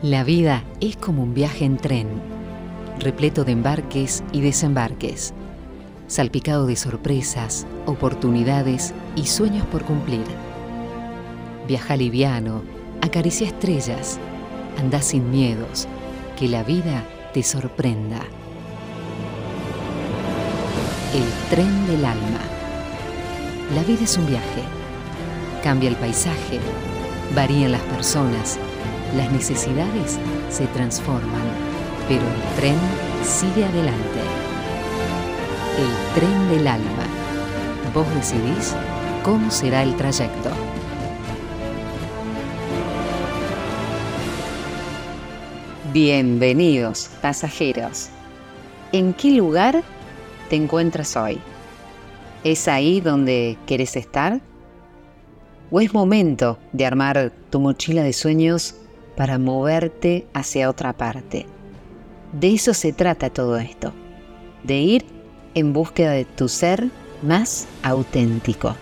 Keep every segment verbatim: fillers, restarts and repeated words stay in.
La vida es como un viaje en tren, repleto de embarques y desembarques, salpicado de sorpresas, oportunidades y sueños por cumplir. Viaja liviano, acaricia estrellas, anda sin miedos, que la vida te sorprenda. El tren del alma. La vida es un viaje. Cambia el paisaje, varían las personas, las necesidades se transforman, pero el tren sigue adelante. El tren del alma. Vos decidís cómo será el trayecto. Bienvenidos, pasajeros. ¿En qué lugar te encuentras hoy? ¿Es ahí donde querés estar? ¿O es momento de armar tu mochila de sueños para moverte hacia otra parte? De eso se trata todo esto, de ir en búsqueda de tu ser más auténtico.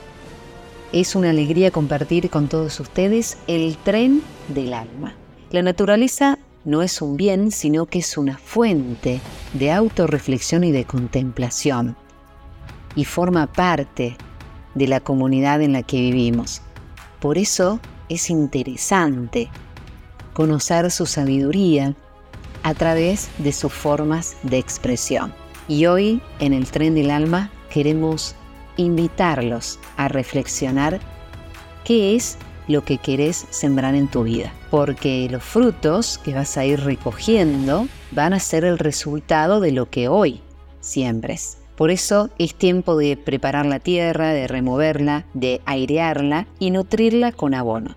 Es una alegría compartir con todos ustedes el tren del alma. La naturaleza no es un bien, sino que es una fuente de autorreflexión y de contemplación, y forma parte de la comunidad en la que vivimos. Por eso es interesante conocer su sabiduría a través de sus formas de expresión. Y hoy, en el Tren del Alma, queremos invitarlos a reflexionar qué es lo que querés sembrar en tu vida. Porque los frutos que vas a ir recogiendo van a ser el resultado de lo que hoy siembres. Por eso es tiempo de preparar la tierra, de removerla, de airearla y nutrirla con abono.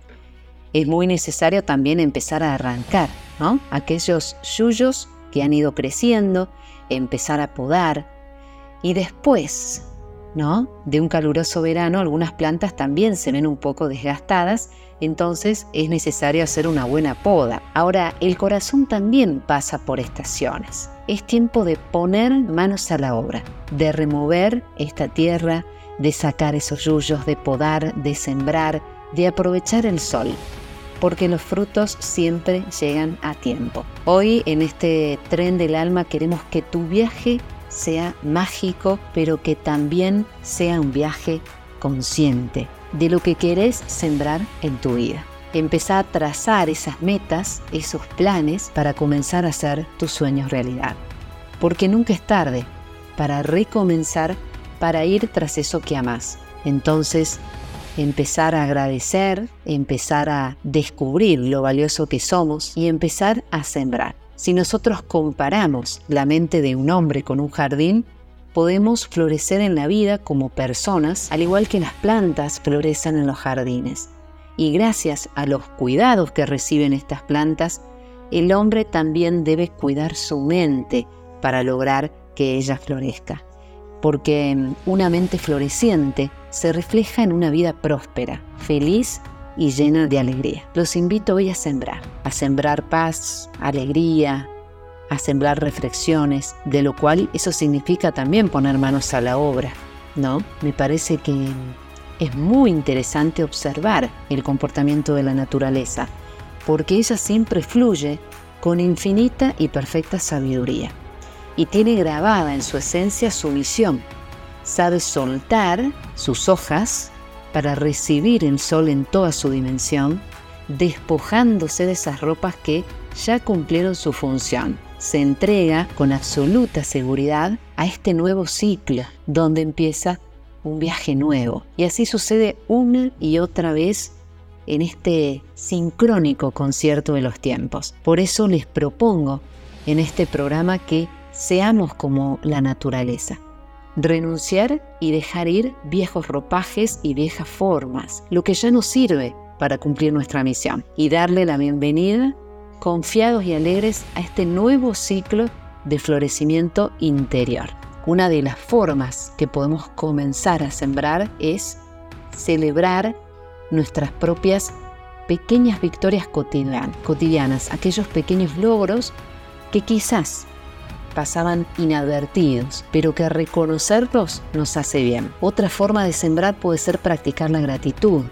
Es muy necesario también empezar a arrancar, ¿no? Aquellos yuyos que han ido creciendo, empezar a podar. Y después, ¿no?, de un caluroso verano, algunas plantas también se ven un poco desgastadas, entonces es necesario hacer una buena poda. Ahora, el corazón también pasa por estaciones. Es tiempo de poner manos a la obra, de remover esta tierra, de sacar esos yuyos, de podar, de sembrar, de aprovechar el sol, porque los frutos siempre llegan a tiempo. Hoy, en este tren del alma, queremos que tu viaje sea mágico, pero que también sea un viaje consciente de lo que querés sembrar en tu vida. Empezá a trazar esas metas, esos planes para comenzar a hacer tus sueños realidad. Porque nunca es tarde para recomenzar, para ir tras eso que amás. Entonces, empezar a agradecer, empezar a descubrir lo valioso que somos y empezar a sembrar. Si nosotros comparamos la mente de un hombre con un jardín, podemos florecer en la vida como personas, al igual que las plantas florecen en los jardines. Y gracias a los cuidados que reciben estas plantas, el hombre también debe cuidar su mente para lograr que ella florezca. Porque una mente floreciente se refleja en una vida próspera, feliz y llena de alegría. Los invito hoy a sembrar, a sembrar paz, alegría, a sembrar reflexiones, de lo cual eso significa también poner manos a la obra, ¿no? Me parece que es muy interesante observar el comportamiento de la naturaleza, porque ella siempre fluye con infinita y perfecta sabiduría, y tiene grabada en su esencia su misión. Sabe soltar sus hojas para recibir el sol en toda su dimensión, despojándose de esas ropas que ya cumplieron su función. Se entrega con absoluta seguridad a este nuevo ciclo, donde empieza un viaje nuevo. Y así sucede una y otra vez en este sincrónico concierto de los tiempos. Por eso les propongo en este programa que seamos como la naturaleza. Renunciar y dejar ir viejos ropajes y viejas formas, lo que ya no sirve para cumplir nuestra misión, y darle la bienvenida confiados y alegres a este nuevo ciclo de florecimiento interior. Una de las formas que podemos comenzar a sembrar es celebrar nuestras propias pequeñas victorias cotidian- cotidianas, aquellos pequeños logros que quizás pasaban inadvertidos, pero que reconocerlos nos hace bien. Otra forma de sembrar puede ser practicar la gratitud,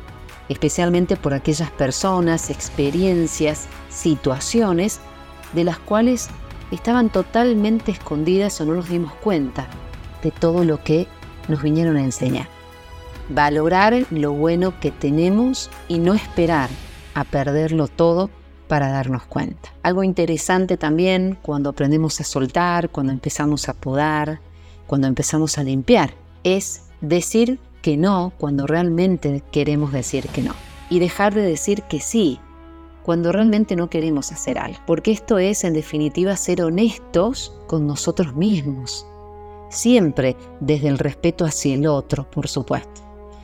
especialmente por aquellas personas, experiencias, situaciones de las cuales estaban totalmente escondidas o no nos dimos cuenta de todo lo que nos vinieron a enseñar. Valorar lo bueno que tenemos y no esperar a perderlo todo para darnos cuenta. Algo interesante también cuando aprendemos a soltar, cuando empezamos a podar, cuando empezamos a limpiar, es decir que no cuando realmente queremos decir que no y dejar de decir que sí cuando realmente no queremos hacer algo. Porque esto es, en definitiva, ser honestos con nosotros mismos. Siempre desde el respeto hacia el otro, por supuesto.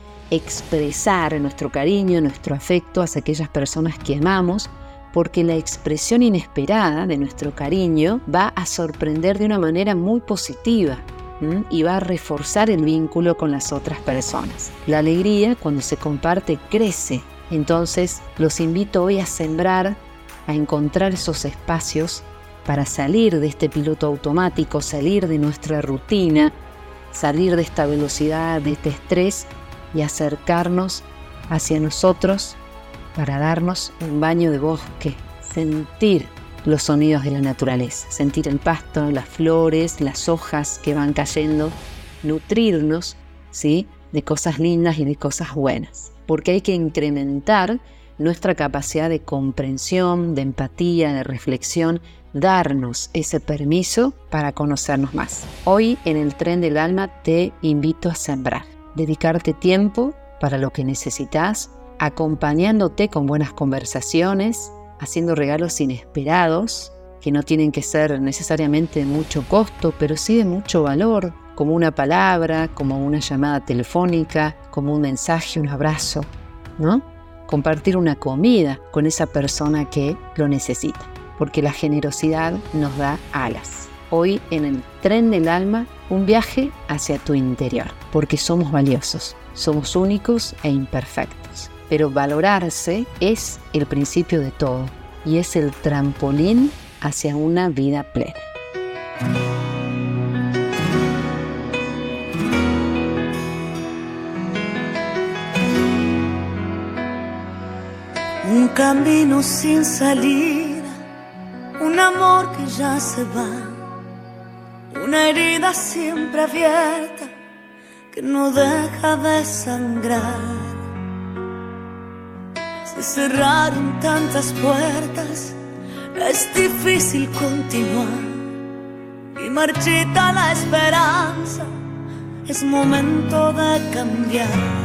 Expresar nuestro cariño, nuestro afecto hacia aquellas personas que amamos, porque la expresión inesperada de nuestro cariño va a sorprender de una manera muy positiva, ¿m? Y va a reforzar el vínculo con las otras personas. La alegría, cuando se comparte, crece. Entonces, los invito hoy a sembrar, a encontrar esos espacios para salir de este piloto automático, salir de nuestra rutina, salir de esta velocidad, de este estrés y acercarnos hacia nosotros para darnos un baño de bosque, sentir los sonidos de la naturaleza, sentir el pasto, las flores, las hojas que van cayendo, nutrirnos, ¿sí?, de cosas lindas y de cosas buenas. Porque hay que incrementar nuestra capacidad de comprensión, de empatía, de reflexión, darnos ese permiso para conocernos más. Hoy en el Tren del Alma te invito a sembrar, dedicarte tiempo para lo que necesitas, acompañándote con buenas conversaciones, haciendo regalos inesperados, que no tienen que ser necesariamente de mucho costo, pero sí de mucho valor, como una palabra, como una llamada telefónica, como un mensaje, un abrazo, ¿no? Compartir una comida con esa persona que lo necesita, porque la generosidad nos da alas. Hoy en el Tren del Alma, un viaje hacia tu interior, porque somos valiosos, somos únicos e imperfectos. Pero valorarse es el principio de todo y es el trampolín hacia una vida plena. Un camino sin salida, un amor que ya se va, una herida siempre abierta que no deja de sangrar. Se cerraron tantas puertas, es difícil continuar y marchita la esperanza, es momento de cambiar.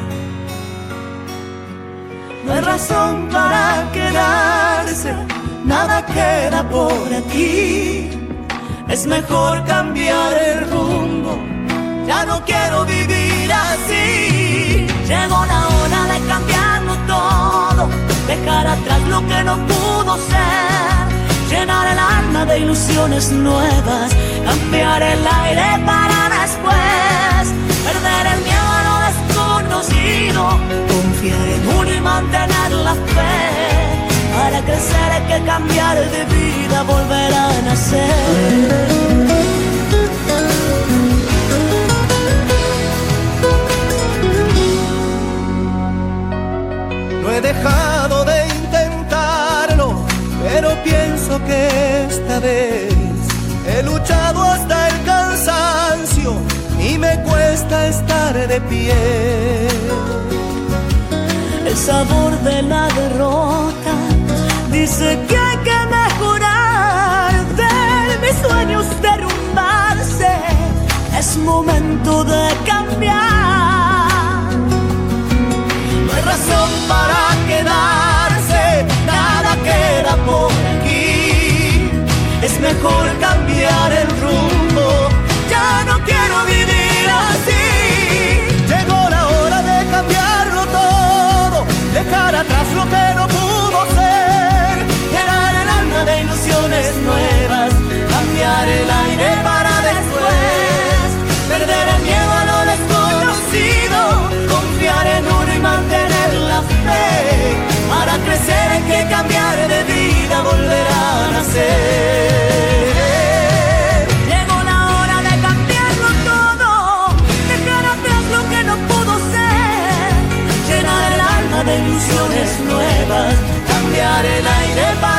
No hay razón para quedarse, nada queda por aquí. Es mejor cambiar el rumbo, ya no quiero vivir así. Llegó la hora de cambiarlo todo, dejar atrás lo que no pudo ser, llenar el alma de ilusiones nuevas, cambiar el aire para después, perder el miedo a lo desconocido, confiar en uno y mantener la fe. Para crecer hay que cambiar de vida, volver a nacer. No he dejado de intentarlo, pero pienso que esta vez he luchado hasta el cansancio y me cuesta estar de pie. El sabor de la derrota dice que hay que mejorar, ver mis sueños derrumbarse, es momento de cambiar. No hay razón para quedarse, nada queda por aquí, es mejor cambiar el rumbo, ya no quiero vivir así. Llegó la hora de cambiarlo todo, dejar atrás lo que no pudo ser, llenar el alma de ilusiones nuevas, cambiar el aire para después, perder el miedo a lo desconocido, confiar en uno y mantener la fe. Para crecer hay que cambiar de vida, volver a nacer. Llegó la hora de cambiarlo todo, dejar atrás lo que no pudo ser, llenar el alma de ilusiones nuevas, cambiar el aire para